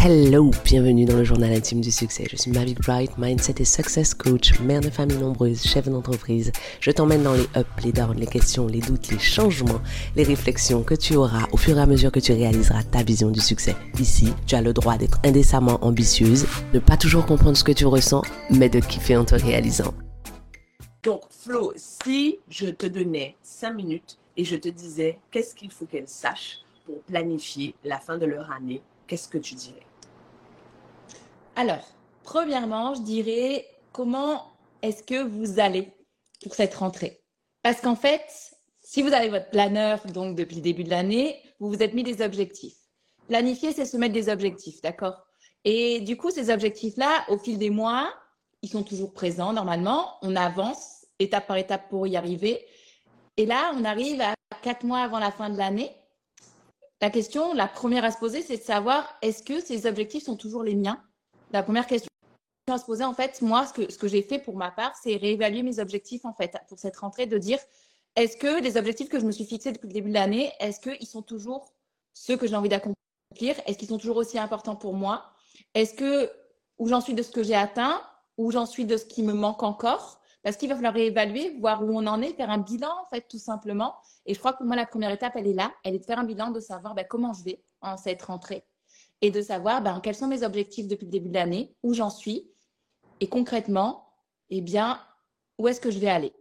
Hello, bienvenue dans le journal intime du succès. Je suis Mavic Bright, Mindset et Success Coach, mère de famille nombreuse, chef d'entreprise. Je t'emmène dans les ups, les downs, les questions, les doutes, les changements, les réflexions que tu auras au fur et à mesure que tu réaliseras ta vision du succès. Ici, tu as le droit d'être indécemment ambitieuse, de pas toujours comprendre ce que tu ressens, mais de kiffer en te réalisant. Donc, Flo, si je te donnais 5 minutes et je te disais qu'est-ce qu'il faut qu'elle sache pour planifier la fin de leur année, qu'est-ce que tu dirais? Alors, premièrement, je dirais comment est-ce que vous allez pour cette rentrée? Parce qu'en fait, si vous avez votre planeur, donc depuis le début de l'année, vous vous êtes mis des objectifs. Planifier, c'est se mettre des objectifs, d'accord? Et du coup, ces objectifs-là, au fil des mois, ils sont toujours présents normalement. On avance étape par étape pour y arriver. Et là, on arrive à 4 mois avant la fin de l'année. La question, la première à se poser, c'est de savoir est-ce que ces objectifs sont toujours les miens? La première question à se poser, en fait, moi, ce que j'ai fait pour ma part, c'est réévaluer mes objectifs, en fait, pour cette rentrée, de dire est-ce que les objectifs que je me suis fixés depuis le début de l'année, est-ce qu'ils sont toujours ceux que j'ai envie d'accomplir? Est-ce qu'ils sont toujours aussi importants pour moi? Est-ce que où j'en suis de ce que j'ai atteint, où j'en suis de ce qui me manque encore? Parce qu'il va falloir réévaluer, voir où on en est, faire un bilan, en fait, tout simplement. Et je crois que moi, la première étape, elle est là. Elle est de faire un bilan, de savoir comment je vais en cette rentrée et de savoir quels sont mes objectifs depuis le début de l'année, où j'en suis et concrètement, où est-ce que je vais aller?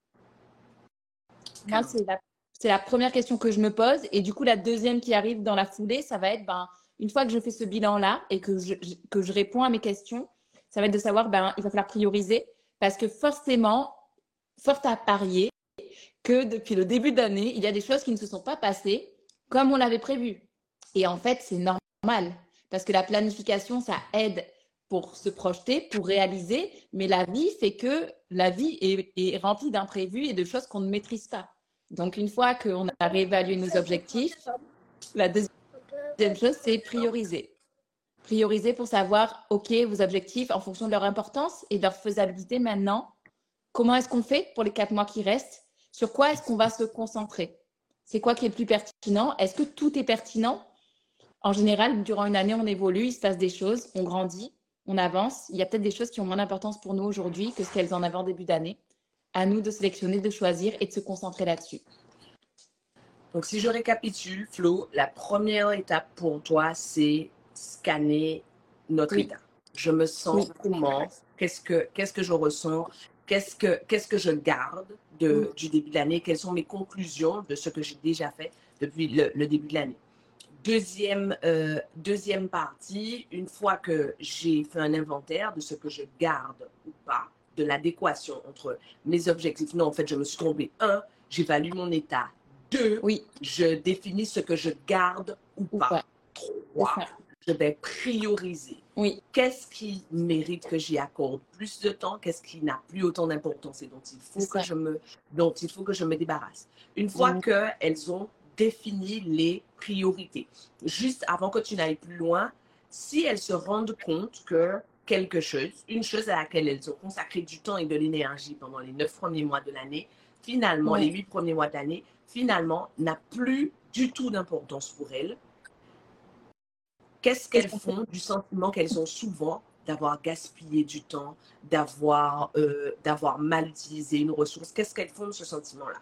Moi, c'est la première question que je me pose. Et du coup, la deuxième qui arrive dans la foulée, ça va être, une fois que je fais ce bilan-là et que je réponds à mes questions, ça va être de savoir, il va falloir prioriser parce que forcément, fort à parier que depuis le début d'année, il y a des choses qui ne se sont pas passées comme on l'avait prévu. Et en fait, c'est normal parce que la planification, ça aide pour se projeter, pour réaliser, mais la vie fait que la vie est remplie d'imprévus et de choses qu'on ne maîtrise pas. Donc, une fois qu'on a réévalué nos objectifs, la deuxième chose, c'est prioriser. Prioriser pour savoir, OK, vos objectifs en fonction de leur importance et de leur faisabilité maintenant. Comment est-ce qu'on fait pour les 4 mois qui restent? Sur quoi est-ce qu'on va se concentrer? C'est quoi qui est le plus pertinent? Est-ce que tout est pertinent? En général, durant une année, on évolue, il se passe des choses, on grandit, on avance. Il y a peut-être des choses qui ont moins d'importance pour nous aujourd'hui que ce qu'elles en avaient en début d'année. À nous de sélectionner, de choisir et de se concentrer là-dessus. Donc, si je récapitule, Flo, la première étape pour toi, c'est scanner notre état. Je me sens comment? Qu'est-ce que je ressens? Qu'est-ce que je garde du début de l'année? Quelles sont mes conclusions de ce que j'ai déjà fait depuis le début de l'année? Deuxième partie, une fois que j'ai fait un inventaire de ce que je garde ou pas, de l'adéquation entre mes objectifs. Non, en fait, je me suis trompée. 1, j'évalue mon état. 2, je définis ce que je garde ou pas. 3, je vais prioriser. Qu'est-ce qui mérite que j'y accorde plus de temps? Qu'est-ce qui n'a plus autant d'importance et dont il faut que je me débarrasse? Une fois qu'elles ont défini les priorités, juste avant que tu n'ailles plus loin, si elles se rendent compte que quelque chose, une chose à laquelle elles ont consacré du temps et de l'énergie pendant les 9 premiers mois de l'année, finalement, les 8 premiers mois de l'année, finalement, n'a plus du tout d'importance pour elles. Qu'est-ce qu'elles font du sentiment qu'elles ont souvent d'avoir gaspillé du temps, d'avoir mal utilisé une ressource? Qu'est-ce qu'elles font de ce sentiment-là?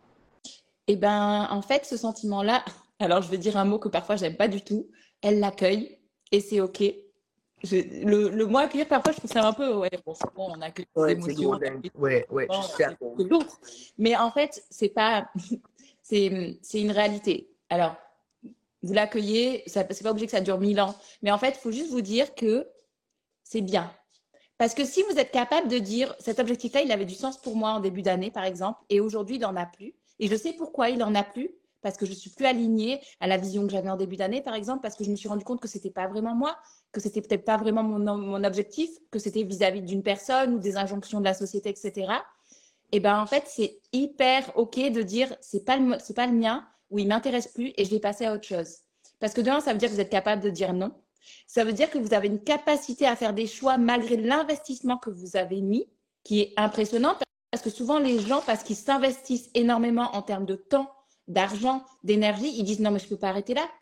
En fait, ce sentiment-là, alors je vais dire un mot que parfois j'aime pas du tout, elles l'accueillent et c'est OK. Le mot accueillir, parfois, je trouve ça un peu, c'est bon, on accueille les émotions. Je suis d'accord. Mais en fait, c'est une réalité. Alors, vous l'accueillez, c'est pas obligé que ça dure 1000 ans. Mais en fait, il faut juste vous dire que c'est bien. Parce que si vous êtes capable de dire, cet objectif-là, il avait du sens pour moi en début d'année, par exemple, et aujourd'hui, il n'en a plus. Et je sais pourquoi il n'en a plus, parce que je ne suis plus alignée à la vision que j'avais en début d'année, par exemple, parce que je me suis rendu compte que ce n'était pas vraiment moi, que ce n'était peut-être pas vraiment mon objectif, que c'était vis-à-vis d'une personne ou des injonctions de la société, etc. En fait, c'est hyper OK de dire, c'est pas le mien, ou il ne m'intéresse plus et je vais passer à autre chose. Parce que ça veut dire que vous êtes capable de dire non. Ça veut dire que vous avez une capacité à faire des choix malgré l'investissement que vous avez mis, qui est impressionnant. Parce que souvent, les gens, parce qu'ils s'investissent énormément en termes de temps, d'argent, d'énergie, ils disent non, mais je ne peux pas arrêter là.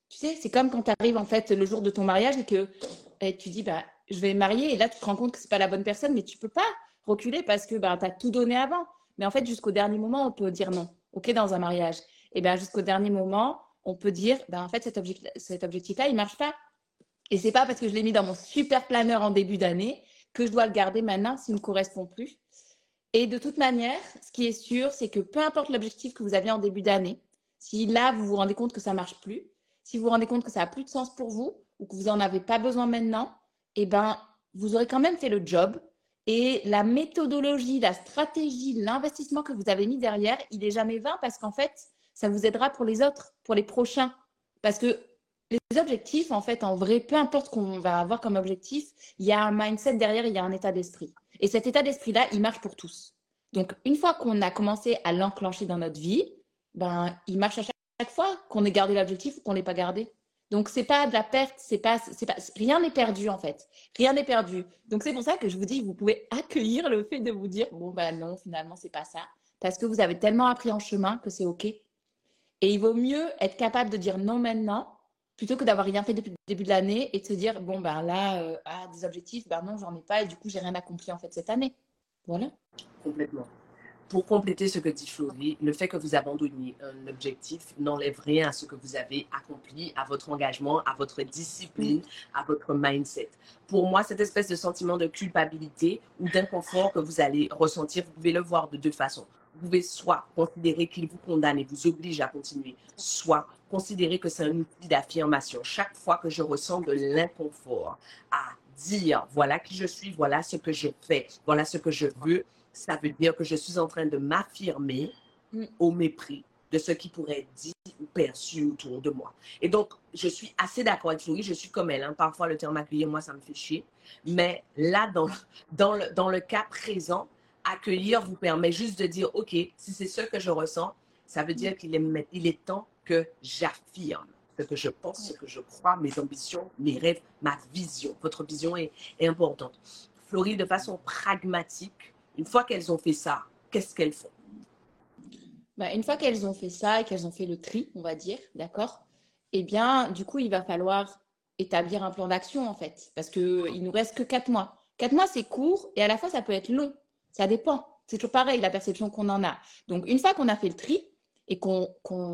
Tu sais, c'est comme quand tu arrives en fait le jour de ton mariage et que tu dis bah, je vais me marier et là tu te rends compte que c'est pas la bonne personne, mais tu peux pas reculer parce que bah, tu as tout donné avant. Mais en fait, jusqu'au dernier moment, on peut dire non. OK, dans un mariage. Et bien jusqu'au dernier moment, on peut dire bah, en fait, cet objectif-là, il marche pas. Et c'est pas parce que je l'ai mis dans mon super planeur en début d'année que je dois le garder maintenant s'il ne me correspond plus. Et de toute manière, ce qui est sûr, c'est que peu importe l'objectif que vous aviez en début d'année, si là, vous vous rendez compte que ça ne marche plus, si vous vous rendez compte que ça n'a plus de sens pour vous ou que vous n'en avez pas besoin maintenant, eh ben, vous aurez quand même fait le job. Et la méthodologie, la stratégie, l'investissement que vous avez mis derrière, il n'est jamais vain parce qu'en fait, ça vous aidera pour les autres, pour les prochains. Parce que les objectifs, en fait, en vrai, peu importe ce qu'on va avoir comme objectif, il y a un mindset derrière, il y a un état d'esprit. Et cet état d'esprit-là, il marche pour tous. Donc, une fois qu'on a commencé à l'enclencher dans notre vie, ben, il marche à chaque fois qu'on ait gardé l'objectif ou qu'on ne l'ait pas gardé. Donc, c'est pas de la perte, rien n'est perdu, en fait. Rien n'est perdu. Donc, c'est pour ça que je vous dis, vous pouvez accueillir le fait de vous dire, bon, ben non, finalement, c'est pas ça. Parce que vous avez tellement appris en chemin que c'est OK. Et il vaut mieux être capable de dire non maintenant plutôt que d'avoir rien fait depuis le début de l'année et de se dire, bon, ben là, des objectifs, ben non, j'en ai pas et du coup, j'ai rien accompli en fait cette année. Voilà. Complètement. Pour compléter ce que dit Florie, le fait que vous abandonniez un objectif n'enlève rien à ce que vous avez accompli, à votre engagement, à votre discipline, à votre mindset. Pour moi, cette espèce de sentiment de culpabilité ou d'inconfort que vous allez ressentir, vous pouvez le voir de deux façons. Vous pouvez soit considérer qu'il vous condamne et vous oblige à continuer, soit considérer que c'est un outil d'affirmation. Chaque fois que je ressens de l'inconfort à dire voilà qui je suis, voilà ce que je fais, voilà ce que je veux, ça veut dire que je suis en train de m'affirmer au mépris de ce qui pourrait être dit ou perçu autour de moi. Et donc, je suis assez d'accord avec Florie, je suis comme elle. Hein. Parfois, le terme accueillir, moi, ça me fait chier. Mais là, dans le cas présent, accueillir vous permet juste de dire, OK, si c'est ce que je ressens, ça veut dire qu'il est temps que j'affirme ce que je pense, ce que je crois, mes ambitions, mes rêves, ma vision. Votre vision est importante. Florie, de façon pragmatique, une fois qu'elles ont fait ça, qu'est-ce qu'elles font? Ben, une fois qu'elles ont fait ça et qu'elles ont fait le tri, on va dire, d'accord? Eh bien, du coup, il va falloir établir un plan d'action, en fait, parce qu'il nous reste que 4 mois. 4 mois, c'est court et à la fois, ça peut être long. Ça dépend. C'est toujours pareil, la perception qu'on en a. Donc, une fois qu'on a fait le tri et qu'on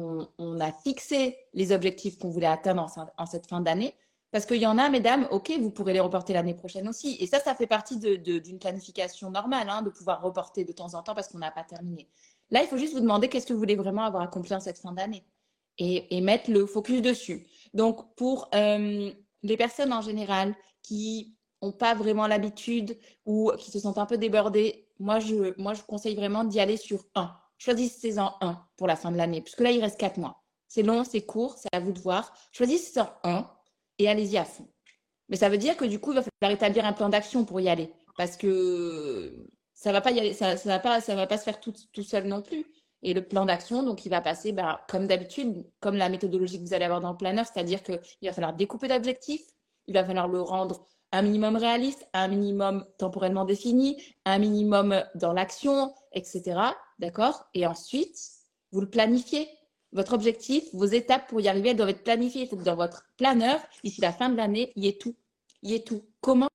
a fixé les objectifs qu'on voulait atteindre en cette fin d'année, parce qu'il y en a, mesdames, OK, vous pourrez les reporter l'année prochaine aussi. Et ça fait partie d'une planification normale, hein, de pouvoir reporter de temps en temps parce qu'on n'a pas terminé. Là, il faut juste vous demander qu'est-ce que vous voulez vraiment avoir accompli en cette fin d'année et mettre le focus dessus. Donc, pour les personnes en général qui n'ont pas vraiment l'habitude ou qui se sentent un peu débordées, moi, je conseille vraiment d'y aller sur 1. Choisissez-en 1 pour la fin de l'année, puisque là, il reste 4 mois. C'est long, c'est court, c'est à vous de voir. Choisissez-en 1 et allez-y à fond. Mais ça veut dire que du coup, il va falloir établir un plan d'action pour y aller. Parce que ça va pas y aller, ça va pas se faire tout seul non plus. Et le plan d'action, donc, il va passer, comme d'habitude, comme la méthodologie que vous allez avoir dans le planeur, c'est-à-dire qu'il va falloir découper l'objectif, il va falloir le rendre un minimum réaliste, un minimum temporellement défini, un minimum dans l'action, etc. D'accord? Et ensuite, vous le planifiez. Votre objectif, vos étapes pour y arriver, elles doivent être planifiées dans votre planeur. D'ici la fin de l'année, il y est tout. Il y est tout. Comment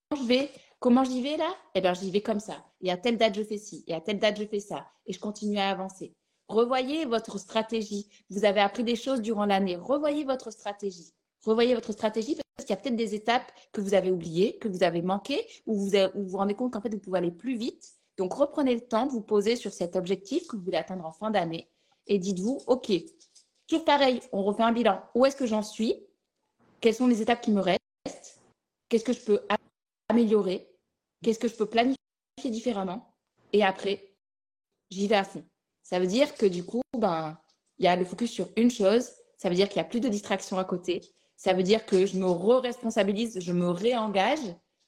j'y vais là? Eh bien, j'y vais comme ça. Et à telle date, je fais ci. Et à telle date, je fais ça. Et je continue à avancer. Revoyez votre stratégie. Vous avez appris des choses durant l'année. Revoyez votre stratégie. Revoyez votre stratégie parce qu'il y a peut-être des étapes que vous avez oubliées, que vous avez manquées, où vous vous rendez compte qu'en fait, vous pouvez aller plus vite. Donc, reprenez le temps de vous poser sur cet objectif que vous voulez atteindre en fin d'année et dites-vous, OK, toujours pareil, on refait un bilan. Où est-ce que j'en suis? Quelles sont les étapes qui me restent? Qu'est-ce que je peux améliorer? Qu'est-ce que je peux planifier différemment? Et après, j'y vais à fond. Ça veut dire que du coup, il y a le focus sur une chose. Ça veut dire qu'il n'y a plus de distraction à côté. Ça veut dire que je me re-responsabilise, je me réengage.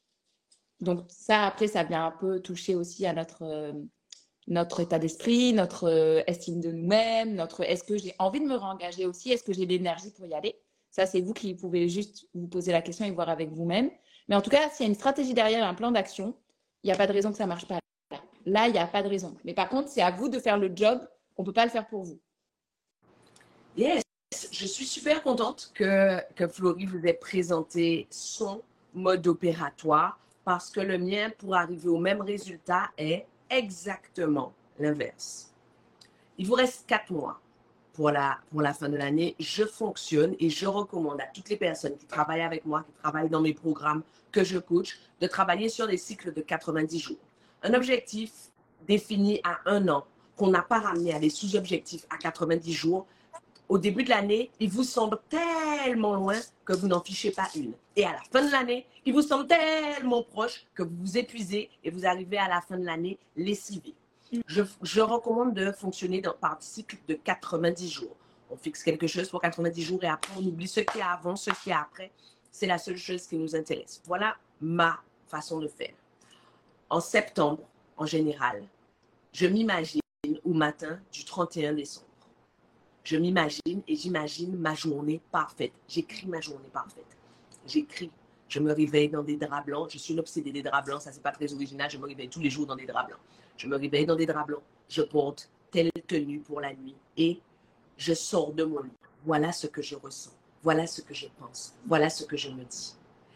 Donc ça, après, ça vient un peu toucher aussi à notre état d'esprit, notre estime de nous-mêmes, est-ce que j'ai envie de me réengager aussi? Est-ce que j'ai l'énergie pour y aller? Ça, c'est vous qui pouvez juste vous poser la question et voir avec vous-même. Mais en tout cas, s'il y a une stratégie derrière, un plan d'action, il n'y a pas de raison que ça ne marche pas. Là, il n'y a pas de raison. Mais par contre, c'est à vous de faire le job. On ne peut pas le faire pour vous. Yes, je suis super contente que Florie vous ait présenté son mode opératoire parce que le mien, pour arriver au même résultat, est exactement l'inverse. Il vous reste 4 mois pour la fin de l'année. Je fonctionne et je recommande à toutes les personnes qui travaillent avec moi, qui travaillent dans mes programmes, que je coach, de travailler sur des cycles de 90 jours. Un objectif défini à 1 an, qu'on n'a pas ramené à des sous-objectifs à 90 jours, au début de l'année, il vous semble tellement loin que vous n'en fichez pas une. Et à la fin de l'année, il vous semble tellement proche que vous vous épuisez et vous arrivez à la fin de l'année lessivé. Je recommande de fonctionner par cycle de 90 jours. On fixe quelque chose pour 90 jours et après, on oublie ce qu'il y a avant, ce qu'il y a après. C'est la seule chose qui nous intéresse. Voilà ma façon de faire. En septembre, en général, je m'imagine au matin du 31 décembre. Je m'imagine et j'imagine ma journée parfaite. J'écris ma journée parfaite. J'écris. Je me réveille dans des draps blancs. Je suis une obsédée des draps blancs. Ça, c'est pas très original. Je me réveille tous les jours dans des draps blancs. Je me réveille dans des draps blancs. Je porte telle tenue pour la nuit et je sors de mon lit. Voilà ce que je ressens. Voilà ce que je pense. Voilà ce que je me dis.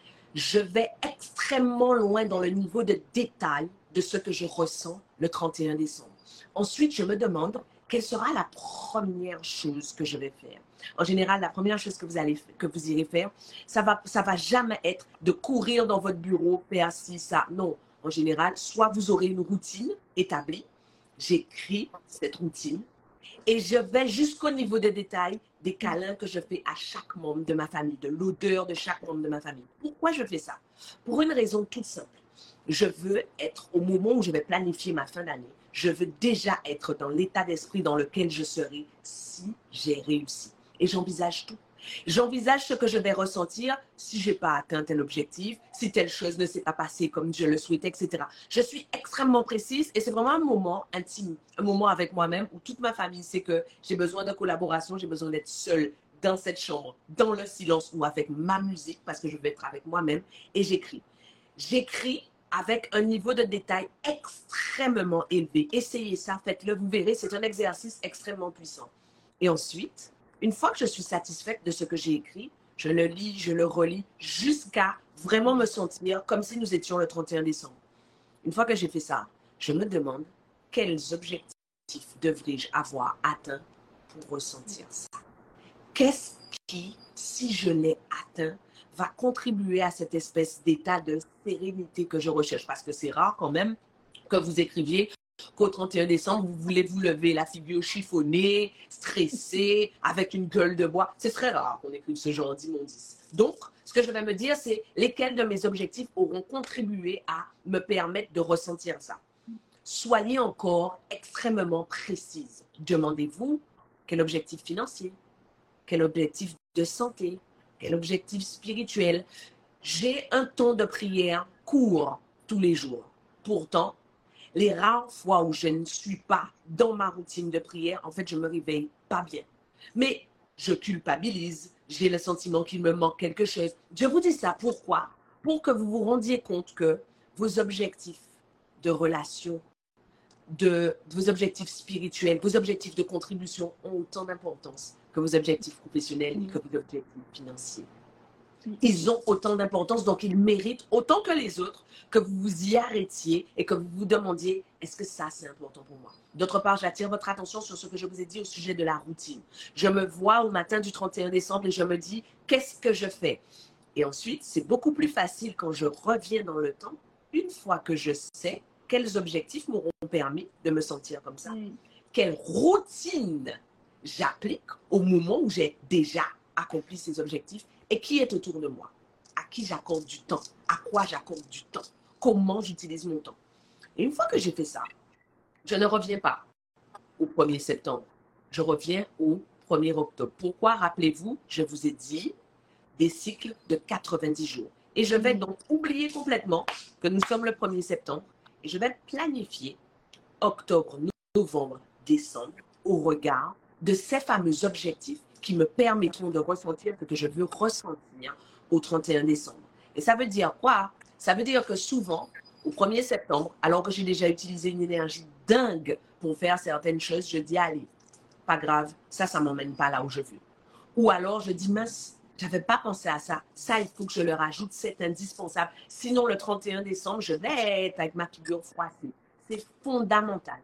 Je vais extrêmement loin dans le niveau de détail de ce que je ressens le 31 décembre. Ensuite, je me demande quelle sera la première chose que je vais faire. En général, la première chose que vous irez faire, ça va jamais être de courir dans votre bureau, faire ci, ça. Non. En général, soit vous aurez une routine établie, j'écris cette routine et je vais jusqu'au niveau des détails, des câlins que je fais à chaque membre de ma famille, de l'odeur de chaque membre de ma famille. Pourquoi je fais ça? Pour une raison toute simple. Je veux être, au moment où je vais planifier ma fin d'année, je veux déjà être dans l'état d'esprit dans lequel je serai si j'ai réussi. Et j'envisage tout. J'envisage ce que je vais ressentir si je n'ai pas atteint tel objectif, si telle chose ne s'est pas passée comme je le souhaitais, etc. Je suis extrêmement précise et c'est vraiment un moment intime, un moment avec moi-même où toute ma famille sait que j'ai besoin de collaboration, j'ai besoin d'être seule dans cette chambre, dans le silence ou avec ma musique parce que je vais être avec moi-même et j'écris. J'écris avec un niveau de détail extrêmement élevé. Essayez ça, faites-le, vous verrez, c'est un exercice extrêmement puissant. Et ensuite, une fois que je suis satisfaite de ce que j'ai écrit, je le lis, je le relis, jusqu'à vraiment me sentir comme si nous étions le 31 décembre. Une fois que j'ai fait ça, je me demande quels objectifs devrais-je avoir atteints pour ressentir ça. Qu'est-ce qui, si je l'ai atteint, va contribuer à cette espèce d'état de sérénité que je recherche. Parce que c'est rare quand même que vous écriviez qu'au 31 décembre, vous voulez vous lever la figure chiffonnée, stressée, avec une gueule de bois. C'est très rare qu'on écrive ce genre d'immondice. Donc, ce que je vais me dire, c'est lesquels de mes objectifs auront contribué à me permettre de ressentir ça. Soyez encore extrêmement précise. Demandez-vous quel objectif financier, quel objectif de santé, quel objectif spirituel. J'ai un temps de prière court tous les jours. Pourtant, les rares fois où je ne suis pas dans ma routine de prière, en fait, je me réveille pas bien. Mais je culpabilise, j'ai le sentiment qu'il me manque quelque chose. Je vous dis ça, pourquoi? Pour que vous vous rendiez compte que vos objectifs de relation, vos objectifs spirituels, vos objectifs de contribution ont autant d'importance que vos objectifs professionnels et que vos objectifs financiers. Ils ont autant d'importance, donc ils méritent autant que les autres que vous vous y arrêtiez et que vous vous demandiez, est-ce que ça c'est important pour moi? D'autre part, j'attire votre attention sur ce que je vous ai dit au sujet de la routine. Je me vois au matin du 31 décembre et je me dis, qu'est-ce que je fais? Et ensuite, c'est beaucoup plus facile quand je reviens dans le temps, une fois que je sais quels objectifs m'auront permis de me sentir comme ça. Quelle routine j'applique au moment où j'ai déjà accompli ces objectifs et qui est autour de moi, à qui j'accorde du temps, à quoi j'accorde du temps, comment j'utilise mon temps. Et une fois que j'ai fait ça, je ne reviens pas au 1er septembre, je reviens au 1er octobre. Pourquoi? Rappelez-vous, je vous ai dit des cycles de 90 jours. Et je vais donc oublier complètement que nous sommes le 1er septembre et je vais planifier octobre, novembre, décembre au regard de ces fameux objectifs qui me permettront de ressentir ce que je veux ressentir au 31 décembre. Et ça veut dire quoi? Ça veut dire que souvent, au 1er septembre, alors que j'ai déjà utilisé une énergie dingue pour faire certaines choses, je dis, allez, pas grave, ça ne m'emmène pas là où je veux. Ou alors, je dis, mince, je n'avais pas pensé à ça. Ça, il faut que je le rajoute, c'est indispensable. Sinon, le 31 décembre, je vais être avec ma figure froissée. C'est fondamental.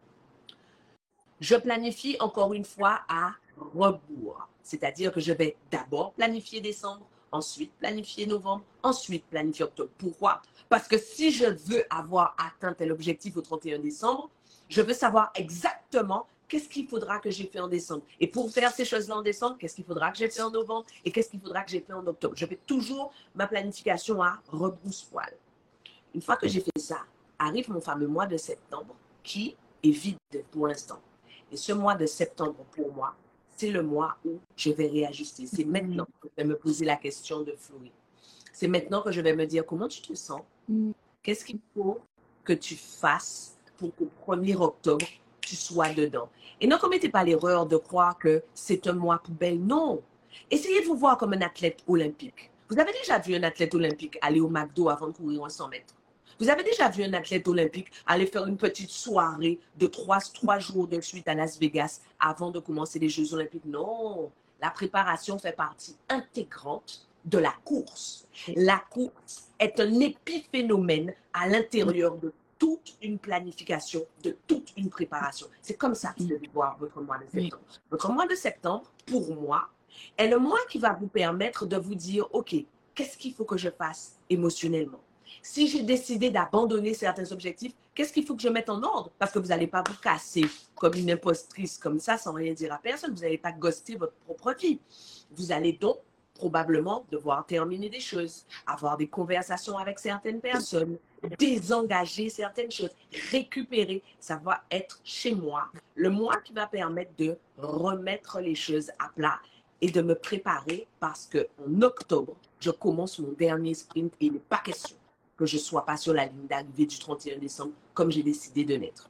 Je planifie encore une fois à rebours. C'est-à-dire que je vais d'abord planifier décembre, ensuite planifier novembre, ensuite planifier octobre. Pourquoi? Parce que si je veux avoir atteint tel objectif au 31 décembre, je veux savoir exactement qu'est-ce qu'il faudra que j'ai fait en décembre. Et pour faire ces choses-là en décembre, qu'est-ce qu'il faudra que j'ai fait en novembre et qu'est-ce qu'il faudra que j'ai fait en octobre. Je fais toujours ma planification à rebrousse-poil. Une fois que j'ai fait ça, arrive mon fameux mois de septembre qui est vide pour l'instant. Et ce mois de septembre, pour moi, c'est le mois où je vais réajuster. C'est maintenant que je vais me poser la question de Florie. C'est maintenant que je vais me dire comment tu te sens. Qu'est-ce qu'il faut que tu fasses pour qu'au 1er octobre, tu sois dedans. Et ne commettez pas l'erreur de croire que c'est un mois poubelle. Non. Essayez de vous voir comme un athlète olympique. Vous avez déjà vu un athlète olympique aller au McDo avant de courir un 100 mètres? Vous avez déjà vu un athlète olympique aller faire une petite soirée de 3 jours de suite à Las Vegas avant de commencer les Jeux olympiques? Non, la préparation fait partie intégrante de la course. La course est un épiphénomène à l'intérieur de toute une planification, de toute une préparation. C'est comme ça que vous devez voir votre mois de septembre. Votre mois de septembre, pour moi, est le mois qui va vous permettre de vous dire, OK, qu'est-ce qu'il faut que je fasse émotionnellement? Si j'ai décidé d'abandonner certains objectifs, qu'est-ce qu'il faut que je mette en ordre? Parce que vous n'allez pas vous casser comme une impostrice comme ça sans rien dire à personne. Vous n'allez pas ghoster votre propre vie. Vous allez donc probablement devoir terminer des choses, avoir des conversations avec certaines personnes, désengager certaines choses, récupérer. Ça va être chez moi le mois qui va permettre de remettre les choses à plat et de me préparer parce qu'en octobre, je commence mon dernier sprint et il n'est pas question que je ne sois pas sur la ligne d'arrivée du 31 décembre comme j'ai décidé de l'être.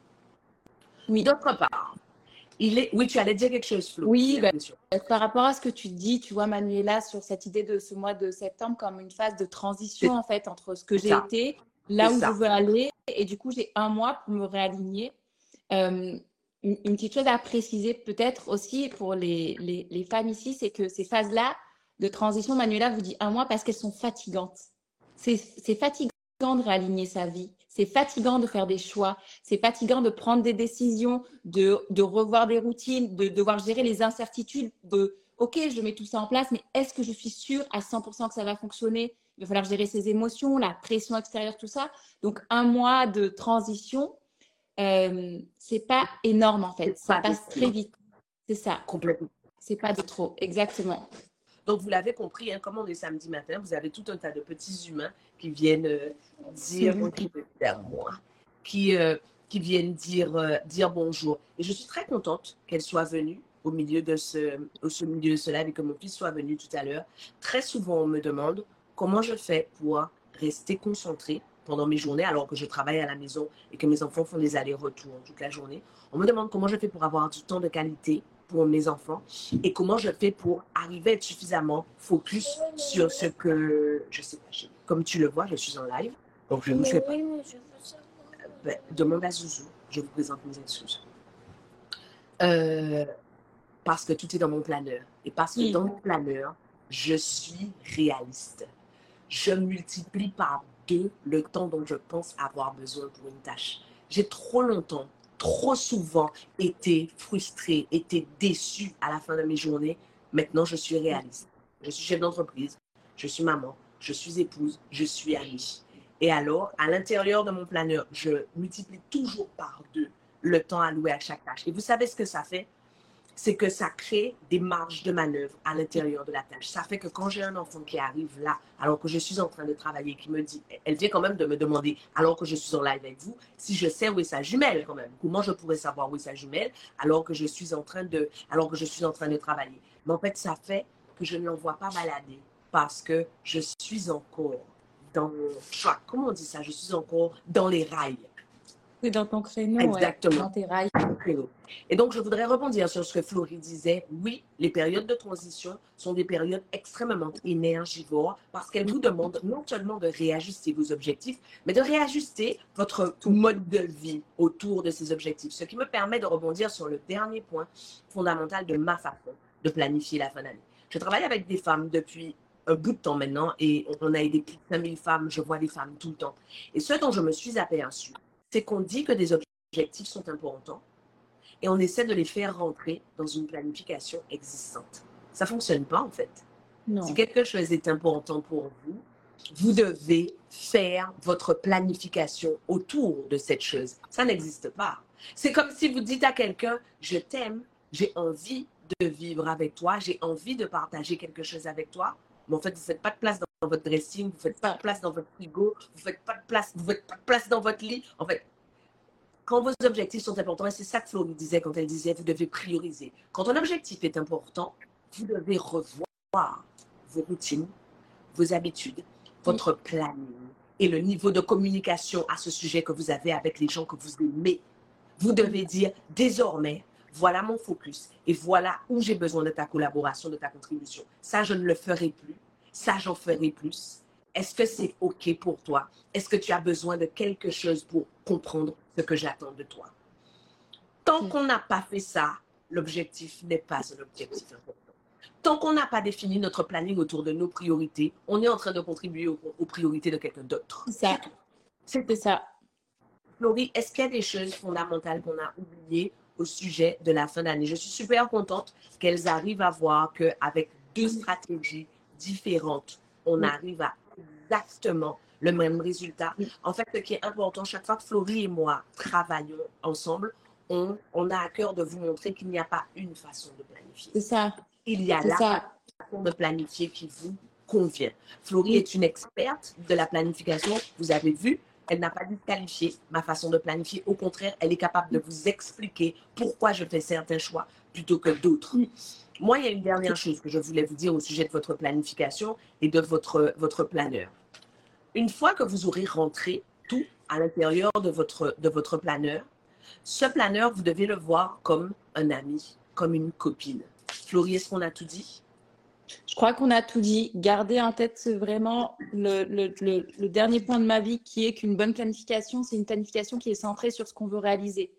Oui. D'autre part, oui, tu allais dire quelque chose, Flo. Oui, par rapport à ce que tu dis, tu vois, Manuela, sur cette idée de ce mois de septembre comme une phase de transition, en fait, entre ce que j'ai été, là où je veux aller, et du coup, j'ai un mois pour me réaligner. Une petite chose à préciser peut-être aussi pour les femmes ici, c'est que ces phases-là de transition, Manuela vous dit un mois parce qu'elles sont fatigantes. C'est fatigant de réaligner sa vie. C'est fatigant de faire des choix. C'est fatigant de prendre des décisions, de revoir des routines, de devoir gérer les incertitudes de « Ok, je mets tout ça en place, mais est-ce que je suis sûre à 100% que ça va fonctionner ?» Il va falloir gérer ses émotions, la pression extérieure, tout ça. Donc, un mois de transition, c'est pas énorme en fait. Ça passe très vite. C'est ça. Complètement. C'est pas de trop. Exactement. Donc, vous l'avez compris, hein, comme on est samedi matin, vous avez tout un tas de petits humains qui viennent dire qui viennent dire bonjour. Et je suis très contente qu'elle soit venue au milieu de ce live et que mon fils soit venu tout à l'heure. Très souvent, on me demande comment je fais pour rester concentrée pendant mes journées alors que je travaille à la maison et que mes enfants font des allers-retours toute la journée. On me demande comment je fais pour avoir du temps de qualité pour mes enfants et comment je fais pour arriver à être suffisamment focus sur ce que je sais pas. Comme tu le vois, je suis en live, donc je ne sais pas. Demande à Zouzou, je vous présente mes excuses. Parce que tout est dans mon planeur et parce que dans mon planeur, je suis réaliste. Je multiplie par 2 le temps dont je pense avoir besoin pour une tâche. J'ai trop longtemps, trop souvent été frustrée, été déçue à la fin de mes journées. Maintenant, je suis réaliste. Je suis chef d'entreprise, je suis maman, je suis épouse, je suis amie. Et alors, à l'intérieur de mon planeur, je multiplie toujours par 2 le temps alloué à chaque tâche. Et vous savez ce que ça fait? C'est que ça crée des marges de manœuvre à l'intérieur de la tâche. Ça fait que quand j'ai un enfant qui arrive là, alors que je suis en train de travailler, qui me dit, elle vient quand même de me demander, alors que je suis en live avec vous, si je sais où est sa jumelle quand même. Comment je pourrais savoir où est sa jumelle alors que je suis en train de travailler. Mais en fait, ça fait que je ne l'envoie pas balader parce que je suis encore dans mon track. Comment on dit ça? Je suis encore dans les rails. Oui, dans ton créneau. Exactement. Dans tes rails. Et donc, je voudrais rebondir sur ce que Florie disait. Oui, les périodes de transition sont des périodes extrêmement énergivores parce qu'elles vous demandent non seulement de réajuster vos objectifs, mais de réajuster votre mode de vie autour de ces objectifs. Ce qui me permet de rebondir sur le dernier point fondamental de ma façon de planifier la fin d'année. Je travaille avec des femmes depuis un bout de temps maintenant et on a aidé plus de 5000 femmes. Je vois des femmes tout le temps. Et ce dont je me suis aperçue, c'est qu'on dit que des objectifs sont importants et on essaie de les faire rentrer dans une planification existante. Ça ne fonctionne pas, en fait. Non. Si quelque chose est important pour vous, vous devez faire votre planification autour de cette chose. Ça n'existe pas. C'est comme si vous dites à quelqu'un, je t'aime, j'ai envie de vivre avec toi, j'ai envie de partager quelque chose avec toi. Mais en fait, vous ne faites pas de place dans votre dressing, vous ne faites pas de place dans votre frigo, vous ne faites pas de place dans votre lit. En fait, quand vos objectifs sont importants, et c'est ça que Flo nous disait quand elle disait, vous devez prioriser. Quand un objectif est important, vous devez revoir vos routines, vos habitudes, votre planning et le niveau de communication à ce sujet que vous avez avec les gens que vous aimez. Vous devez dire, désormais, voilà mon focus et voilà où j'ai besoin de ta collaboration, de ta contribution. Ça, je ne le ferai plus. Ça, j'en ferai plus. Est-ce que c'est OK pour toi? Est-ce que tu as besoin de quelque chose pour comprendre ce que j'attends de toi? Tant qu'on n'a pas fait ça, l'objectif n'est pas un objectif important. Tant qu'on n'a pas défini notre planning autour de nos priorités, on est en train de contribuer aux priorités de quelqu'un d'autre. C'est ça. Florie, est-ce qu'il y a des choses fondamentales qu'on a oubliées au sujet de la fin d'année? Je suis super contente qu'elles arrivent à voir qu'avec 2 stratégies différentes, on arrive à exactement le même résultat. En fait, ce qui est important, chaque fois que Florie et moi travaillons ensemble, on a à cœur de vous montrer qu'il n'y a pas une façon de planifier. C'est ça. Il y a la façon de planifier qui vous convient. Florie est une experte de la planification. Vous avez vu, elle n'a pas disqualifié ma façon de planifier. Au contraire, elle est capable de vous expliquer pourquoi je fais certains choix plutôt que d'autres. Moi, il y a une dernière chose que je voulais vous dire au sujet de votre planification et de votre planeur. Une fois que vous aurez rentré tout à l'intérieur de votre planeur, ce planeur, vous devez le voir comme un ami, comme une copine. Florie, est-ce qu'on a tout dit? Je crois qu'on a tout dit. Gardez en tête vraiment le dernier point de ma vie qui est qu'une bonne planification, c'est une planification qui est centrée sur ce qu'on veut réaliser.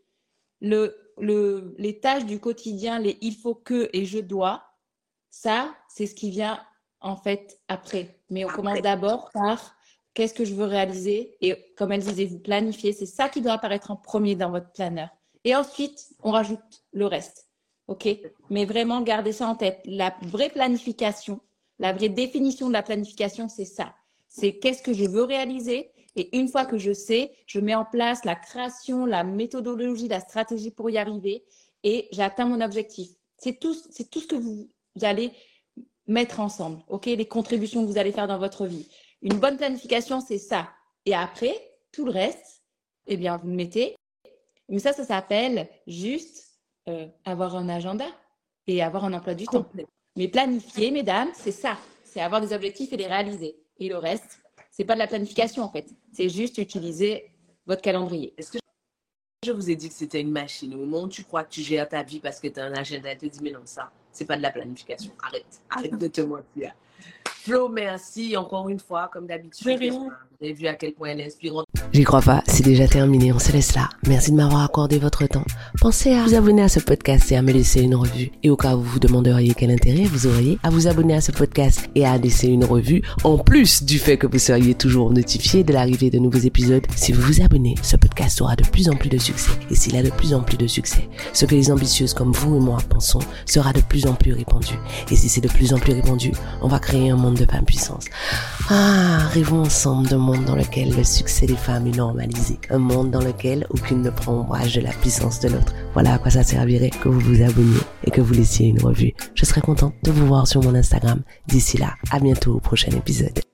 Les tâches du quotidien, les il faut que et je dois, ça, c'est ce qui vient en fait après. Mais on commence d'abord par qu'est-ce que je veux réaliser et comme elle disait, vous planifiez, c'est ça qui doit apparaître en premier dans votre planeur. Et ensuite, on rajoute le reste. OK? Mais vraiment, gardez ça en tête. La vraie planification, la vraie définition de la planification, c'est ça. C'est qu'est-ce que je veux réaliser. Et une fois que je sais, je mets en place la création, la méthodologie, la stratégie pour y arriver et j'atteins mon objectif. C'est tout ce que vous allez mettre ensemble. OK? Les contributions que vous allez faire dans votre vie. Une bonne planification, c'est ça. Et après, tout le reste, eh bien, vous le mettez. Mais ça s'appelle juste avoir un agenda et avoir un emploi du temps. Mais planifier, mesdames, c'est ça. C'est avoir des objectifs et les réaliser. Et le reste, c'est pas de la planification, en fait. C'est juste utiliser votre calendrier. Est-ce que je vous ai dit que c'était une machine? Au moment où tu crois que tu gères ta vie parce que tu as un agenda, elle te dit, mais non, ça, c'est pas de la planification. Arrête de te mentir. Flo, merci encore une fois, comme d'habitude. Vous avez vu à quel point elle est inspirante. J'y crois pas, c'est déjà terminé, on se laisse là. Merci de m'avoir accordé votre temps. Pensez à vous abonner à ce podcast et à me laisser une revue. Et au cas où vous vous demanderiez quel intérêt vous auriez à vous abonner à ce podcast et à laisser une revue, en plus du fait que vous seriez toujours notifié de l'arrivée de nouveaux épisodes, si vous vous abonnez, ce podcast aura de plus en plus de succès. Et s'il a de plus en plus de succès, ce que les ambitieuses comme vous et moi pensons sera de plus en plus répandu. Et si c'est de plus en plus répandu, on va créer un monde de femmes puissantes. Rêvons ensemble d'un monde dans lequel le succès des femmes est normalisé. Un monde dans lequel aucune ne prend ombrage de la puissance de l'autre. Voilà à quoi ça servirait que vous vous abonniez et que vous laissiez une revue. Je serai contente de vous voir sur mon Instagram. D'ici là, à bientôt au prochain épisode.